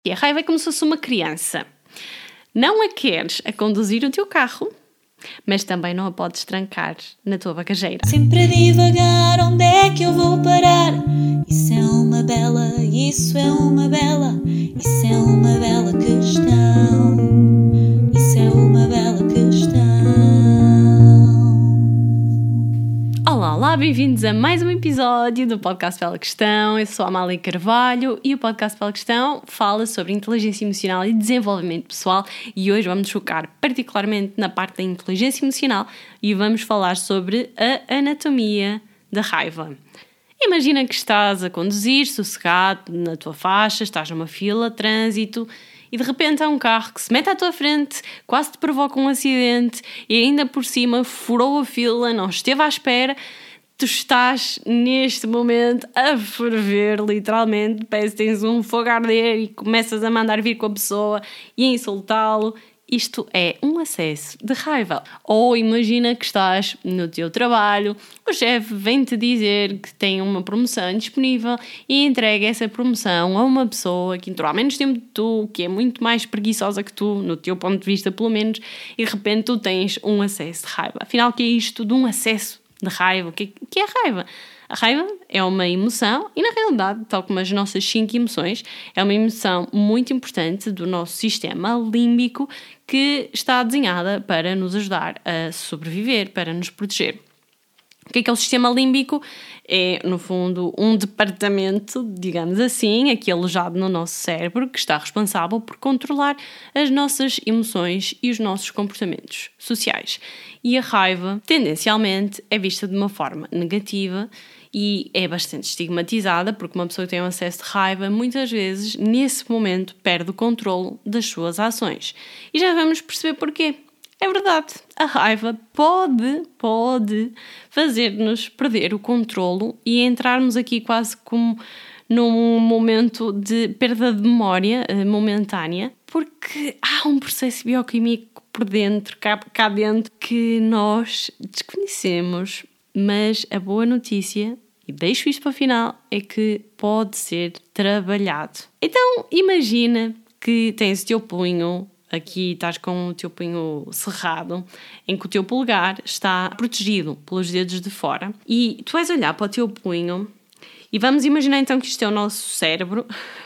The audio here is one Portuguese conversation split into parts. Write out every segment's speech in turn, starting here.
E a raiva é como se fosse uma criança. Não a queres a conduzir o teu carro, mas também não a podes trancar na tua bagageira. Sempre a divagar, onde é que eu vou parar? Isso é uma bela, isso é uma bela, isso é uma bela questão. Isso é uma bela questão. Olá, bem-vindos a mais um episódio do Podcast Bela Questão. Eu sou a Amália Carvalho e o Podcast Bela Questão fala sobre inteligência emocional e desenvolvimento pessoal e hoje vamos focar particularmente na parte da inteligência emocional e vamos falar sobre a anatomia da raiva. Imagina que estás a conduzir sossegado na tua faixa, estás numa fila de trânsito e de repente há um carro que se mete à tua frente, quase te provoca um acidente e ainda por cima furou a fila, não esteve à espera. Tu estás neste momento a ferver, literalmente, parece que tens um fogo a arder e começas a mandar vir com a pessoa e a insultá-lo. Isto é um acesso de raiva. Ou imagina que estás no teu trabalho, o chefe vem-te dizer que tem uma promoção disponível e entrega essa promoção a uma pessoa que entrou há menos tempo que tu, que é muito mais preguiçosa que tu, no teu ponto de vista pelo menos, e de repente tu tens um acesso de raiva. Afinal, o que é isto de um acesso de raiva? O que é raiva? A raiva é uma emoção e, na realidade, tal como as nossas 5 emoções, é uma emoção muito importante do nosso sistema límbico que está desenhada para nos ajudar a sobreviver, para nos proteger. O que é o sistema límbico? É, no fundo, um departamento, digamos assim, aqui alojado no nosso cérebro, que está responsável por controlar as nossas emoções e os nossos comportamentos sociais. E a raiva, tendencialmente, é vista de uma forma negativa e é bastante estigmatizada, porque uma pessoa que tem um acesso de raiva, muitas vezes, nesse momento, perde o controle das suas ações. E já vamos perceber porquê. É verdade, a raiva pode fazer-nos perder o controlo e entrarmos aqui quase como num momento de perda de memória momentânea, porque há um processo bioquímico por dentro, cá dentro, que nós desconhecemos, mas a boa notícia, e deixo isto para o final, é que pode ser trabalhado. Então, imagina que tens o teu punho. Aqui estás com o teu punho cerrado, em que o teu polegar está protegido pelos dedos de fora. E tu vais olhar para o teu punho e vamos imaginar então que isto é o nosso cérebro.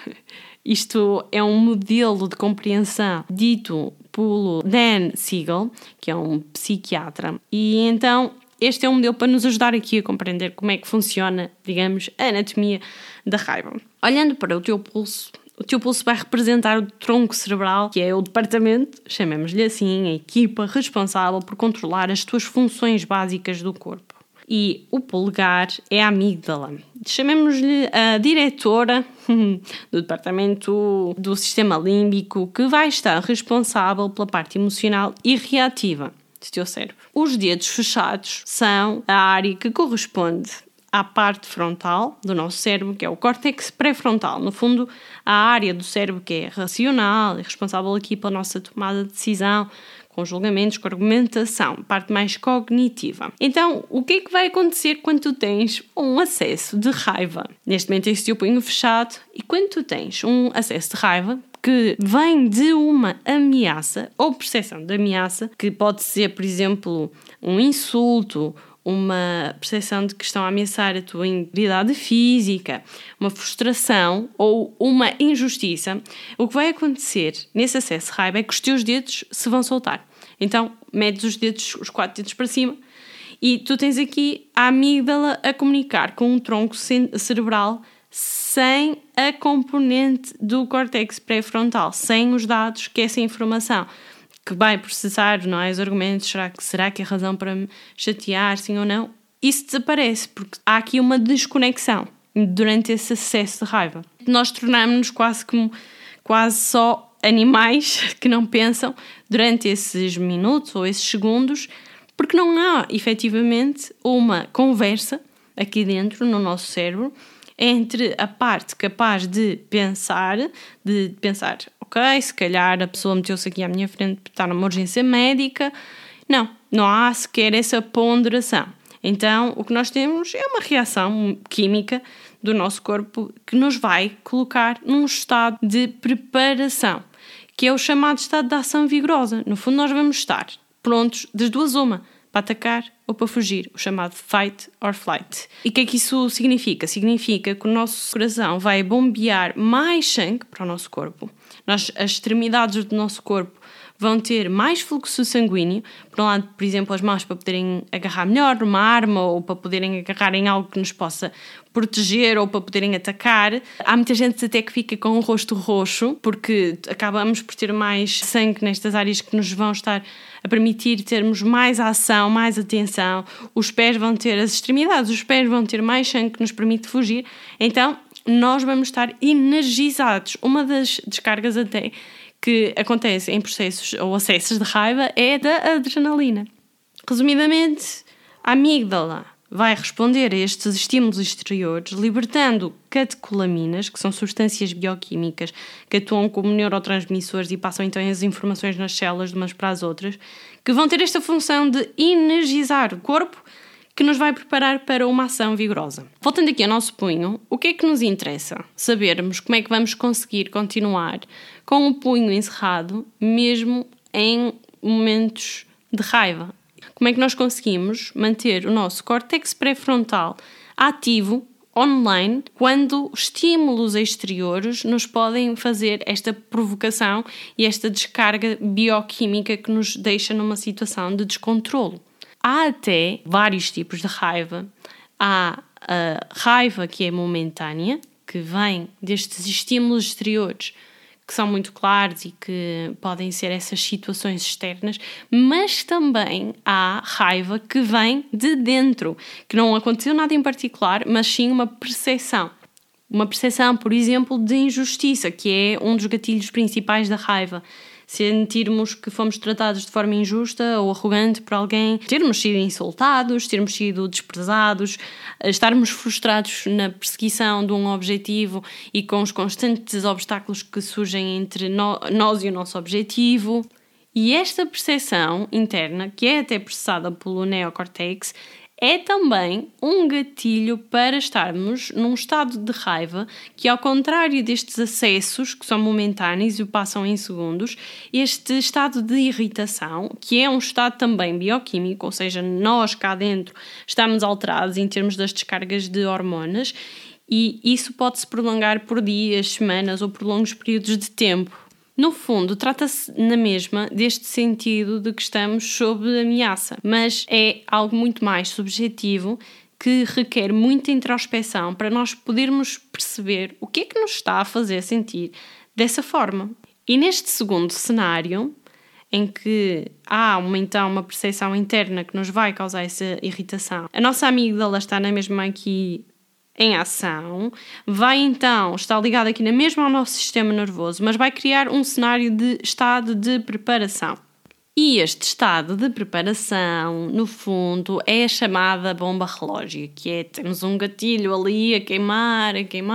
Isto é um modelo de compreensão dito pelo Dan Siegel, que é um psiquiatra. E então este é um modelo para nos ajudar aqui a compreender como é que funciona, digamos, a anatomia da raiva. Olhando para o teu pulso vai representar o tronco cerebral, que é o departamento, chamemos-lhe assim, a equipa responsável por controlar as tuas funções básicas do corpo. E o polegar é a amígdala. Chamemos-lhe a diretora do departamento do sistema límbico, que vai estar responsável pela parte emocional e reativa do teu cérebro. Os dedos fechados são a área que corresponde à parte frontal do nosso cérebro, que é o córtex pré-frontal. No fundo, a área do cérebro que é racional, é responsável aqui pela nossa tomada de decisão, com julgamentos, com argumentação, parte mais cognitiva. Então, o que é que vai acontecer quando tu tens um acesso de raiva? Neste momento tens o teu punho fechado e quando tu tens um acesso de raiva que vem de uma ameaça ou percepção de ameaça, que pode ser, por exemplo, um insulto, uma percepção de que estão a ameaçar a tua integridade física, uma frustração ou uma injustiça, o que vai acontecer nesse acesso de raiva é que os teus dedos se vão soltar. Então, medes os 4 dedos para cima e tu tens aqui a amígdala a comunicar com um tronco cerebral sem a componente do córtex pré-frontal, sem os dados que essa informação que vai processar, não é, os argumentos, será que é razão para me chatear, sim ou não? Isso desaparece, porque há aqui uma desconexão durante esse acesso de raiva. Nós tornamos-nos quase só animais que não pensam durante esses minutos ou esses segundos, porque não há, efetivamente, uma conversa aqui dentro, no nosso cérebro, entre a parte capaz de pensar, ok, se calhar a pessoa meteu-se aqui à minha frente porque está numa urgência médica. Não há sequer essa ponderação. Então, o que nós temos é uma reação química do nosso corpo que nos vai colocar num estado de preparação, que é o chamado estado de ação vigorosa. No fundo, nós vamos estar prontos das duas uma, para atacar ou para fugir, o chamado fight or flight. E o que é que isso significa? Significa que o nosso coração vai bombear mais sangue para o nosso corpo. As extremidades do nosso corpo vão ter mais fluxo sanguíneo, por um lado, por exemplo, as mãos para poderem agarrar melhor numa arma ou para poderem agarrar em algo que nos possa proteger ou para poderem atacar. Há muita gente até que fica com o rosto roxo, porque acabamos por ter mais sangue nestas áreas que nos vão estar a permitir termos mais ação, mais atenção. Os pés vão ter as extremidades, os pés vão ter mais sangue que nos permite fugir. Então, nós vamos estar energizados. Uma das descargas até que acontece em processos ou acessos de raiva é da adrenalina. Resumidamente, a amígdala vai responder a estes estímulos exteriores, libertando catecolaminas, que são substâncias bioquímicas que atuam como neurotransmissores e passam então as informações nas células de umas para as outras, que vão ter esta função de energizar o corpo, que nos vai preparar para uma ação vigorosa. Voltando aqui ao nosso punho, o que é que nos interessa? Sabermos como é que vamos conseguir continuar com o punho encerrado, mesmo em momentos de raiva. Como é que nós conseguimos manter o nosso córtex pré-frontal ativo, online, quando estímulos exteriores nos podem fazer esta provocação e esta descarga bioquímica que nos deixa numa situação de descontrolo. Há até vários tipos de raiva. Há a raiva que é momentânea, que vem destes estímulos exteriores, que são muito claros e que podem ser essas situações externas, mas também há raiva que vem de dentro, que não aconteceu nada em particular, mas sim uma percepção. Uma percepção, por exemplo, de injustiça, que é um dos gatilhos principais da raiva. Sentirmos que fomos tratados de forma injusta ou arrogante por alguém, termos sido insultados, termos sido desprezados, estarmos frustrados na perseguição de um objetivo e com os constantes obstáculos que surgem entre nós e o nosso objetivo. E esta percepção interna, que é até processada pelo neocórtex, é também um gatilho para estarmos num estado de raiva que, ao contrário destes acessos, que são momentâneos e passam em segundos, este estado de irritação, que é um estado também bioquímico, ou seja, nós cá dentro estamos alterados em termos das descargas de hormonas, e isso pode-se prolongar por dias, semanas ou por longos períodos de tempo. No fundo, trata-se na mesma deste sentido de que estamos sob ameaça, mas é algo muito mais subjetivo que requer muita introspeção para nós podermos perceber o que é que nos está a fazer sentir dessa forma. E neste segundo cenário, em que há então uma percepção interna que nos vai causar essa irritação, a nossa amígdala está na mesma aqui em ação, vai então estar ligado aqui na mesma ao nosso sistema nervoso, mas vai criar um cenário de estado de preparação. E este estado de preparação, no fundo, é a chamada bomba relógio, que é, temos um gatilho ali a queimar,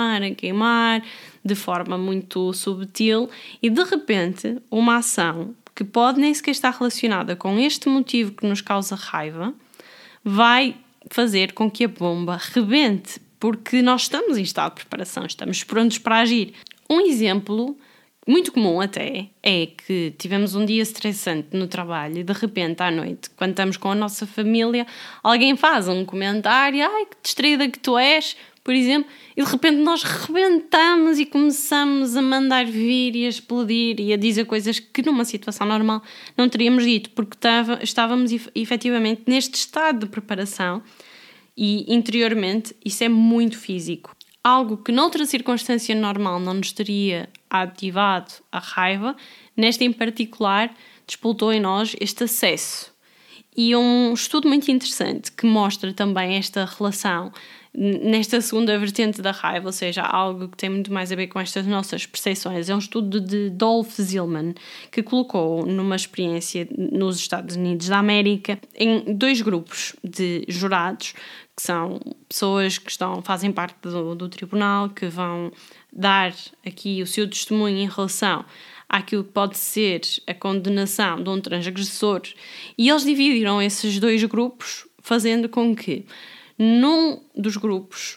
de forma muito subtil, e de repente uma ação que pode nem sequer estar relacionada com este motivo que nos causa raiva, vai fazer com que a bomba rebente, porque nós estamos em estado de preparação, estamos prontos para agir. Um exemplo muito comum até é que tivemos um dia estressante no trabalho e de repente à noite, quando estamos com a nossa família, alguém faz um comentário, ai que distraída que tu és, por exemplo, e de repente nós rebentamos e começamos a mandar vir e a explodir e a dizer coisas que numa situação normal não teríamos dito, porque estávamos efetivamente neste estado de preparação. E interiormente isso é muito físico. Algo que noutra circunstância normal não nos teria ativado a raiva, nesta em particular despoltou em nós este acesso. E um estudo muito interessante que mostra também esta relação nesta segunda vertente da raiva, ou seja, algo que tem muito mais a ver com estas nossas percepções. É um estudo de Dolph Zillman, que colocou numa experiência nos Estados Unidos da América em 2 grupos de jurados, que são pessoas que fazem parte do tribunal, que vão dar aqui o seu testemunho em relação àquilo que pode ser a condenação de um transgressor, e eles dividiram esses 2 grupos, fazendo com que num dos grupos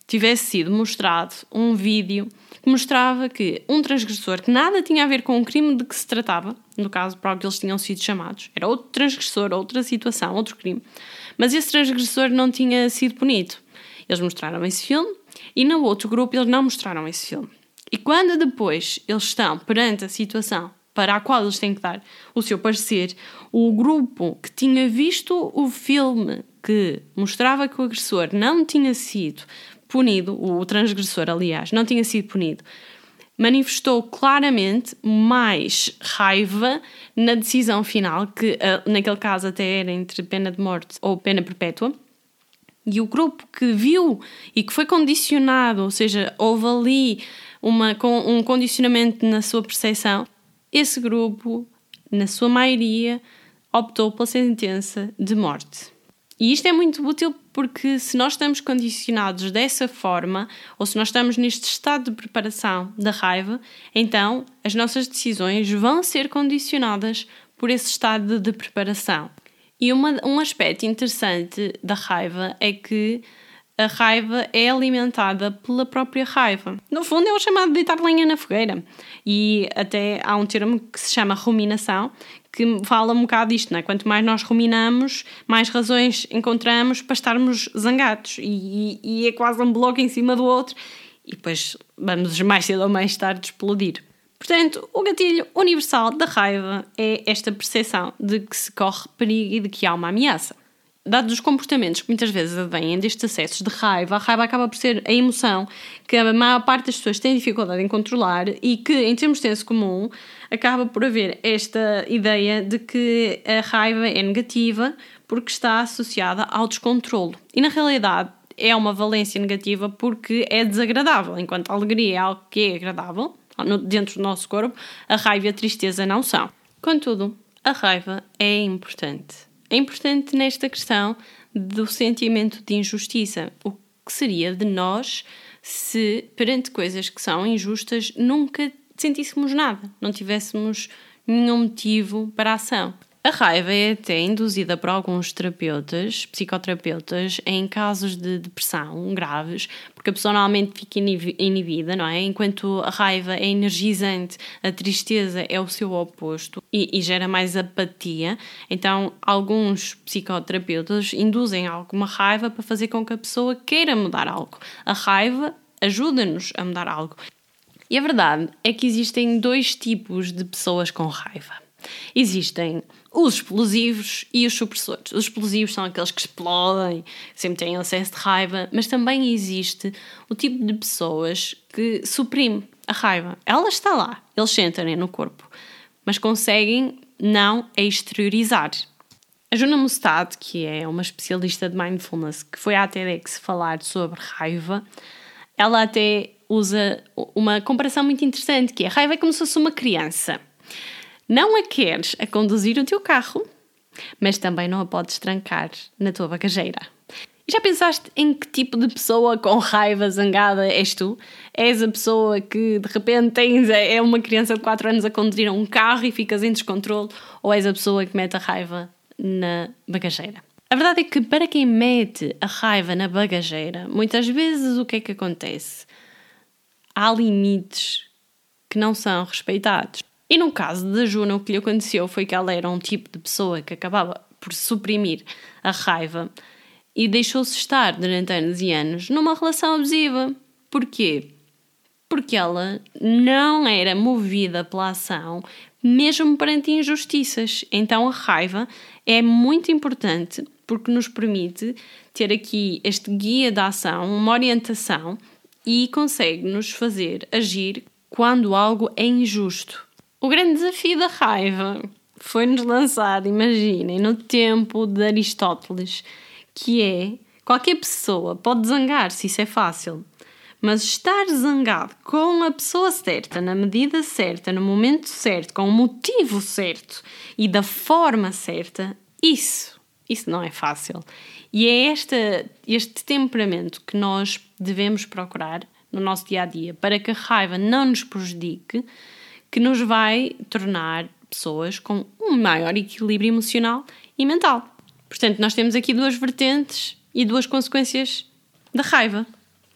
tivesse sido mostrado um vídeo que mostrava que um transgressor que nada tinha a ver com o crime de que se tratava, no caso para o que eles tinham sido chamados, era outro transgressor, outra situação, outro crime, mas esse transgressor não tinha sido punido. Eles mostraram esse filme e no outro grupo eles não mostraram esse filme. E quando depois eles estão perante a situação para a qual eles têm que dar o seu parecer, o grupo que tinha visto o filme que mostrava que o agressor não tinha sido punido, o transgressor, aliás, não tinha sido punido, manifestou claramente mais raiva na decisão final, que naquele caso até era entre pena de morte ou pena perpétua. E o grupo que viu e que foi condicionado, ou seja, houve ali um condicionamento na sua percepção, esse grupo, na sua maioria, optou pela sentença de morte. E isto é muito útil porque se nós estamos condicionados dessa forma, ou se nós estamos neste estado de preparação da raiva, então as nossas decisões vão ser condicionadas por esse estado de preparação. E um aspecto interessante da raiva é que a raiva é alimentada pela própria raiva. No fundo é o chamado deitar lenha na fogueira. E até há um termo que se chama ruminação, que fala um bocado disto, não é? Quanto mais nós ruminamos, mais razões encontramos para estarmos zangados. E é quase um bloco em cima do outro. E depois vamos mais cedo ou mais tarde explodir. Portanto, o gatilho universal da raiva é esta percepção de que se corre perigo e de que há uma ameaça. Dados os comportamentos que muitas vezes advêm destes acessos de raiva, a raiva acaba por ser a emoção que a maior parte das pessoas tem dificuldade em controlar e que, em termos de senso comum, acaba por haver esta ideia de que a raiva é negativa porque está associada ao descontrolo. E, na realidade, é uma valência negativa porque é desagradável, enquanto a alegria é algo que é agradável dentro do nosso corpo, a raiva e a tristeza não são. Contudo, a raiva é importante. É importante nesta questão do sentimento de injustiça. O que seria de nós se, perante coisas que são injustas, nunca sentíssemos nada, não tivéssemos nenhum motivo para a ação? A raiva é até induzida por alguns terapeutas, psicoterapeutas, em casos de depressão graves, porque a pessoa normalmente fica inibida, não é? Enquanto a raiva é energizante, a tristeza é o seu oposto e gera mais apatia. Então, alguns psicoterapeutas induzem alguma raiva para fazer com que a pessoa queira mudar algo. A raiva ajuda-nos a mudar algo. E a verdade é que existem dois tipos de pessoas com raiva. Existem os explosivos e os supressores. Os explosivos são aqueles que explodem, sempre têm acesso de raiva, mas também existe o tipo de pessoas que suprime a raiva. Ela está lá, eles sentem no corpo, mas conseguem não a exteriorizar. A Juna Mustad, que é uma especialista de mindfulness, que foi à TEDx falar sobre raiva, ela até usa uma comparação muito interessante, que é a raiva é como se fosse uma criança. Não a queres a conduzir o teu carro, mas também não a podes trancar na tua bagageira. E já pensaste em que tipo de pessoa com raiva zangada és tu? És a pessoa que de repente é uma criança de 4 anos a conduzir um carro e ficas em descontrole? Ou és a pessoa que mete a raiva na bagageira? A verdade é que para quem mete a raiva na bagageira, muitas vezes o que é que acontece? Há limites que não são respeitados. E no caso da Juna, o que lhe aconteceu foi que ela era um tipo de pessoa que acabava por suprimir a raiva e deixou-se estar durante anos e anos numa relação abusiva. Porquê? Porque ela não era movida pela ação, mesmo perante injustiças. Então a raiva é muito importante porque nos permite ter aqui este guia da ação, uma orientação e consegue-nos fazer agir quando algo é injusto. O grande desafio da raiva foi-nos lançado, imaginem, no tempo de Aristóteles, que é, qualquer pessoa pode zangar-se, isso é fácil, mas estar zangado com a pessoa certa, na medida certa, no momento certo, com o motivo certo e da forma certa, isso não é fácil. E é este temperamento que nós devemos procurar no nosso dia-a-dia para que a raiva não nos prejudique, que nos vai tornar pessoas com um maior equilíbrio emocional e mental. Portanto, nós temos aqui 2 vertentes e 2 consequências da raiva.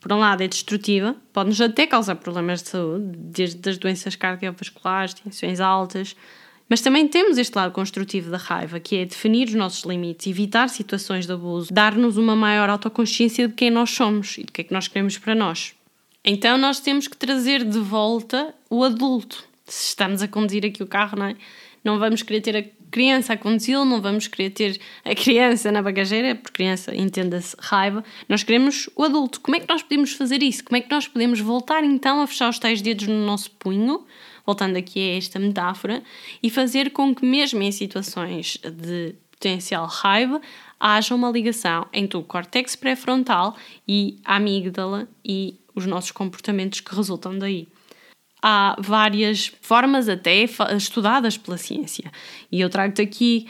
por um lado, é destrutiva, pode-nos até causar problemas de saúde, desde as doenças cardiovasculares, tensões altas, mas também temos este lado construtivo da raiva, que é definir os nossos limites, evitar situações de abuso, dar-nos uma maior autoconsciência de quem nós somos e do que é que nós queremos para nós. Então nós temos que trazer de volta o adulto. Se estamos a conduzir aqui o carro, não é? Não vamos querer ter a criança a conduzi-lo, não vamos querer ter a criança na bagageira, por criança entenda-se raiva, nós queremos o adulto. Como é que nós podemos fazer isso? Como é que nós podemos voltar então a fechar os tais dedos no nosso punho, voltando aqui a esta metáfora, e fazer com que mesmo em situações de potencial raiva haja uma ligação entre o córtex pré-frontal e a amígdala e os nossos comportamentos que resultam daí. Há várias formas até estudadas pela ciência e eu trago-te aqui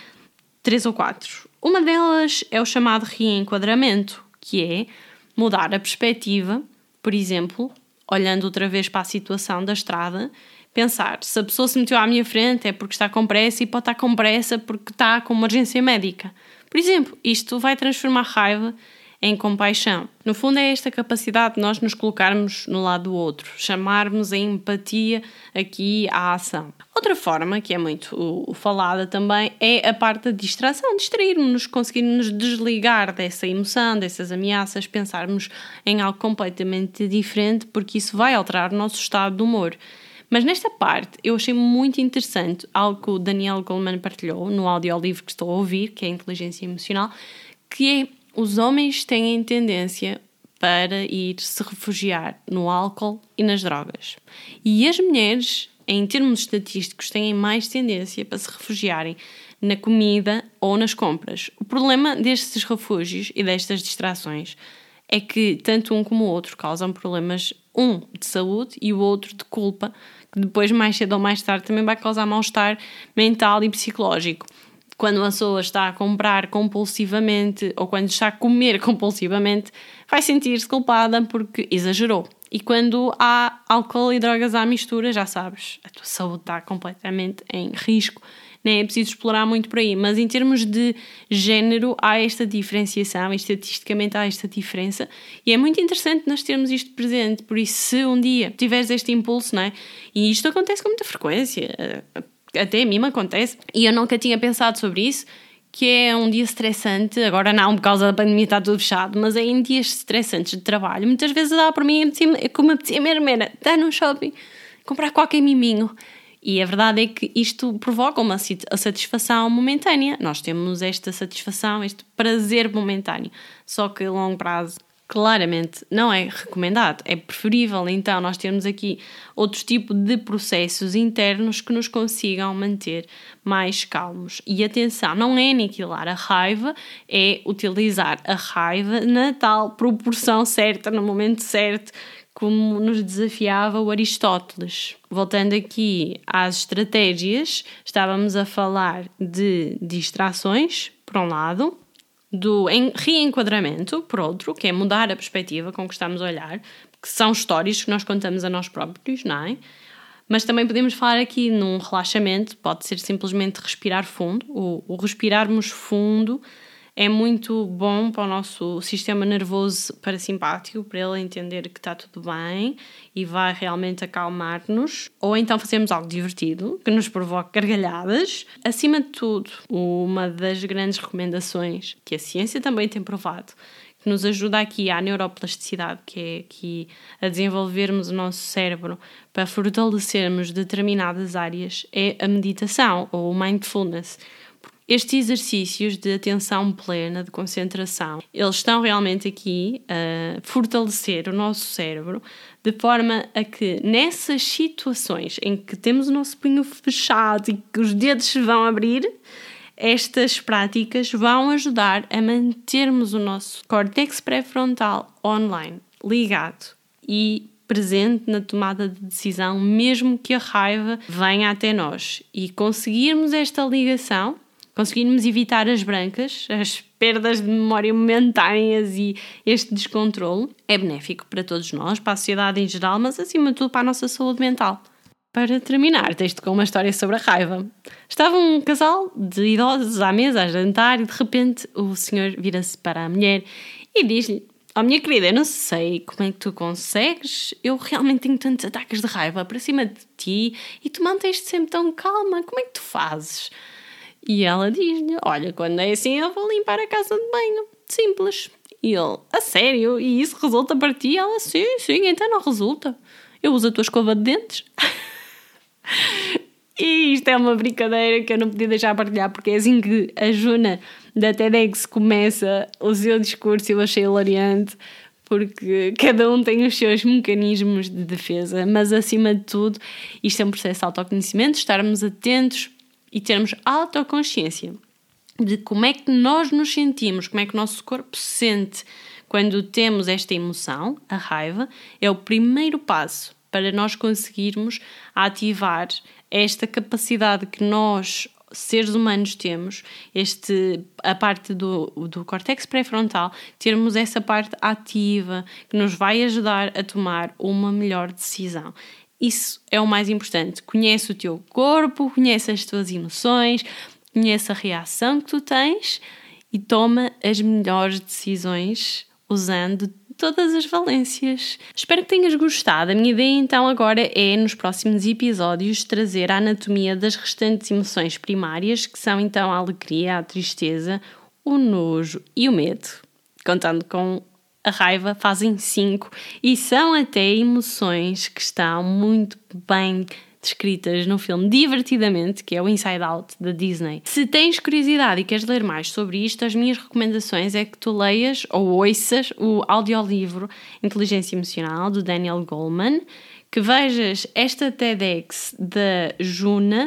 3 ou 4. Uma delas é o chamado reenquadramento, que é mudar a perspectiva, por exemplo, olhando outra vez para a situação da estrada, pensar, se a pessoa se meteu à minha frente é porque está com pressa e pode estar com pressa porque está com uma urgência médica. Por exemplo, isto vai transformar raiva em compaixão. No fundo é esta capacidade de nós nos colocarmos no lado do outro, chamarmos a empatia aqui à ação. Outra forma, que é muito falada também, é a parte da distração, distrairmos-nos, conseguirmos desligar dessa emoção, dessas ameaças, pensarmos em algo completamente diferente, porque isso vai alterar o nosso estado de humor. Mas nesta parte eu achei muito interessante algo que o Daniel Goleman partilhou no audiolivro que estou a ouvir, que é a Inteligência Emocional, que é: os homens têm tendência para ir se refugiar no álcool e nas drogas. E as mulheres, em termos estatísticos, têm mais tendência para se refugiarem na comida ou nas compras. O problema destes refúgios e destas distrações é que tanto um como o outro causam problemas, um de saúde e o outro de culpa, que depois, mais cedo ou mais tarde, também vai causar mal-estar mental e psicológico. Quando a pessoa está a comprar compulsivamente ou quando está a comer compulsivamente, vai sentir-se culpada porque exagerou. E quando há álcool e drogas à mistura, já sabes, a tua saúde está completamente em risco. Nem é preciso explorar muito por aí. Mas em termos de género, há esta diferenciação, estatisticamente há esta diferença. E é muito interessante nós termos isto presente. Por isso, se um dia tiveres este impulso, não é? E isto acontece com muita frequência, até a mim me acontece, e eu nunca tinha pensado sobre isso, que é um dia estressante, agora não, por causa da pandemia está tudo fechado, mas é em dias estressantes de trabalho, muitas vezes dá para mim, como me apetecia mesmo era estar num shopping, comprar qualquer miminho, e a verdade é que isto provoca uma satisfação momentânea, nós temos esta satisfação, este prazer momentâneo, só que a longo prazo claramente não é recomendado. É preferível então nós termos aqui outro tipo de processos internos que nos consigam manter mais calmos. E atenção, não é aniquilar a raiva, é utilizar a raiva na tal proporção certa, no momento certo, como nos desafiava o Aristóteles. Voltando aqui às estratégias, estávamos a falar de distrações, por um lado, do reenquadramento, por outro, que é mudar a perspectiva com que estamos a olhar, que são histórias que nós contamos a nós próprios, não é? Mas também podemos falar aqui num relaxamento, pode ser simplesmente respirar fundo. O respirarmos fundo é muito bom para o nosso sistema nervoso parasimpático, para ele entender que está tudo bem e vai realmente acalmar-nos. Ou então fazemos algo divertido, que nos provoque gargalhadas. Acima de tudo, uma das grandes recomendações que a ciência também tem provado, que nos ajuda aqui à neuroplasticidade, que é aqui a desenvolvermos o nosso cérebro para fortalecermos determinadas áreas, é a meditação ou o mindfulness. Estes exercícios de atenção plena, de concentração, eles estão realmente aqui a fortalecer o nosso cérebro de forma a que nessas situações em que temos o nosso punho fechado e que os dedos se vão abrir, estas práticas vão ajudar a mantermos o nosso córtex pré-frontal online, ligado e presente na tomada de decisão, mesmo que a raiva venha até nós. E conseguirmos esta ligação, conseguirmos evitar as brancas, as perdas de memória momentâneas e este descontrole, é benéfico para todos nós, para a sociedade em geral, mas acima de tudo para a nossa saúde mental. Para terminar, tens-te com uma história sobre a raiva. Estava um casal de idosos à mesa a jantar e de repente o senhor vira-se para a mulher e diz-lhe: Oh, minha querida, eu não sei como é que tu consegues. Eu realmente tenho tantos ataques de raiva para cima de ti e tu mantens-te sempre tão calma. Como é que tu fazes? E ela diz-lhe, olha, quando é assim eu vou limpar a casa de banho. Simples. E ele, a sério? E isso resulta para ti? Ela, sim, então não resulta. Eu uso a tua escova de dentes. E isto é uma brincadeira que eu não podia deixar partilhar, porque é assim que a Juna da TEDx começa o seu discurso. Eu achei hilariante, porque cada um tem os seus mecanismos de defesa, mas acima de tudo isto é um processo de autoconhecimento, estarmos atentos e termos autoconsciência de como é que nós nos sentimos, como é que o nosso corpo se sente quando temos esta emoção, a raiva. É o primeiro passo para nós conseguirmos ativar esta capacidade que nós, seres humanos, temos, a parte do córtex pré-frontal, termos essa parte ativa que nos vai ajudar a tomar uma melhor decisão. Isso é o mais importante. Conhece o teu corpo, conhece as tuas emoções, conhece a reação que tu tens e toma as melhores decisões usando todas as valências. Espero que tenhas gostado. A minha ideia então agora é, nos próximos episódios, trazer a anatomia das restantes emoções primárias, que são então a alegria, a tristeza, o nojo e o medo. Contando com a raiva, fazem 5 e são até emoções que estão muito bem descritas no filme Divertidamente, que é o Inside Out da Disney. Se tens curiosidade e queres ler mais sobre isto, as minhas recomendações é que tu leias ou ouças o audiolivro Inteligência Emocional, do Daniel Goleman, que vejas esta TEDx da Juna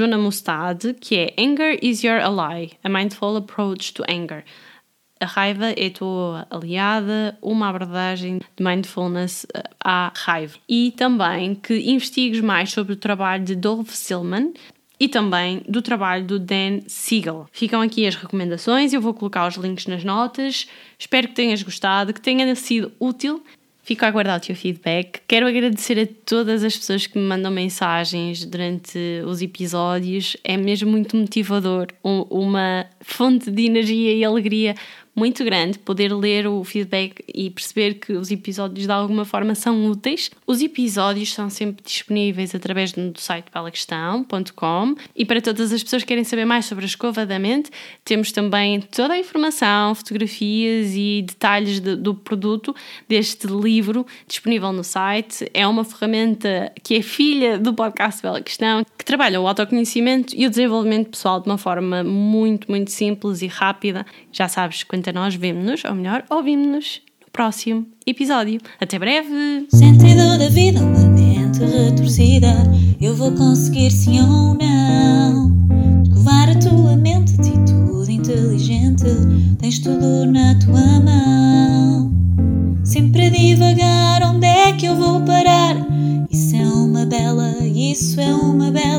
Mustad, que é Anger is Your Ally, a Mindful Approach to Anger. A raiva é a tua aliada, uma abordagem de mindfulness à raiva. E também que investigues mais sobre o trabalho de Dov Silman e também do trabalho do Dan Siegel. Ficam aqui as recomendações, eu vou colocar os links nas notas. Espero que tenhas gostado, que tenha sido útil. Fico a aguardar o teu feedback. Quero agradecer a todas as pessoas que me mandam mensagens durante os episódios. É mesmo muito motivador, uma fonte de energia e alegria muito grande poder ler o feedback e perceber que os episódios de alguma forma são úteis. Os episódios são sempre disponíveis através do site pelaquestão.com e para todas as pessoas que querem saber mais sobre a escova da mente, temos também toda a informação, fotografias e detalhes do produto deste livro disponível no site. É uma ferramenta que é filha do podcast Bela Questão, que trabalha o autoconhecimento e o desenvolvimento pessoal de uma forma muito, muito simples e rápida. Já sabes, quanto a nós, vemo-nos, ou melhor, ouvimos-nos no próximo episódio. Até breve! Sentido da vida, uma mente retorcida. Eu vou conseguir sim ou não escovar a tua mente, atitude inteligente. Tens tudo na tua mão. Sempre a divagar, onde é que eu vou parar? Isso é uma bela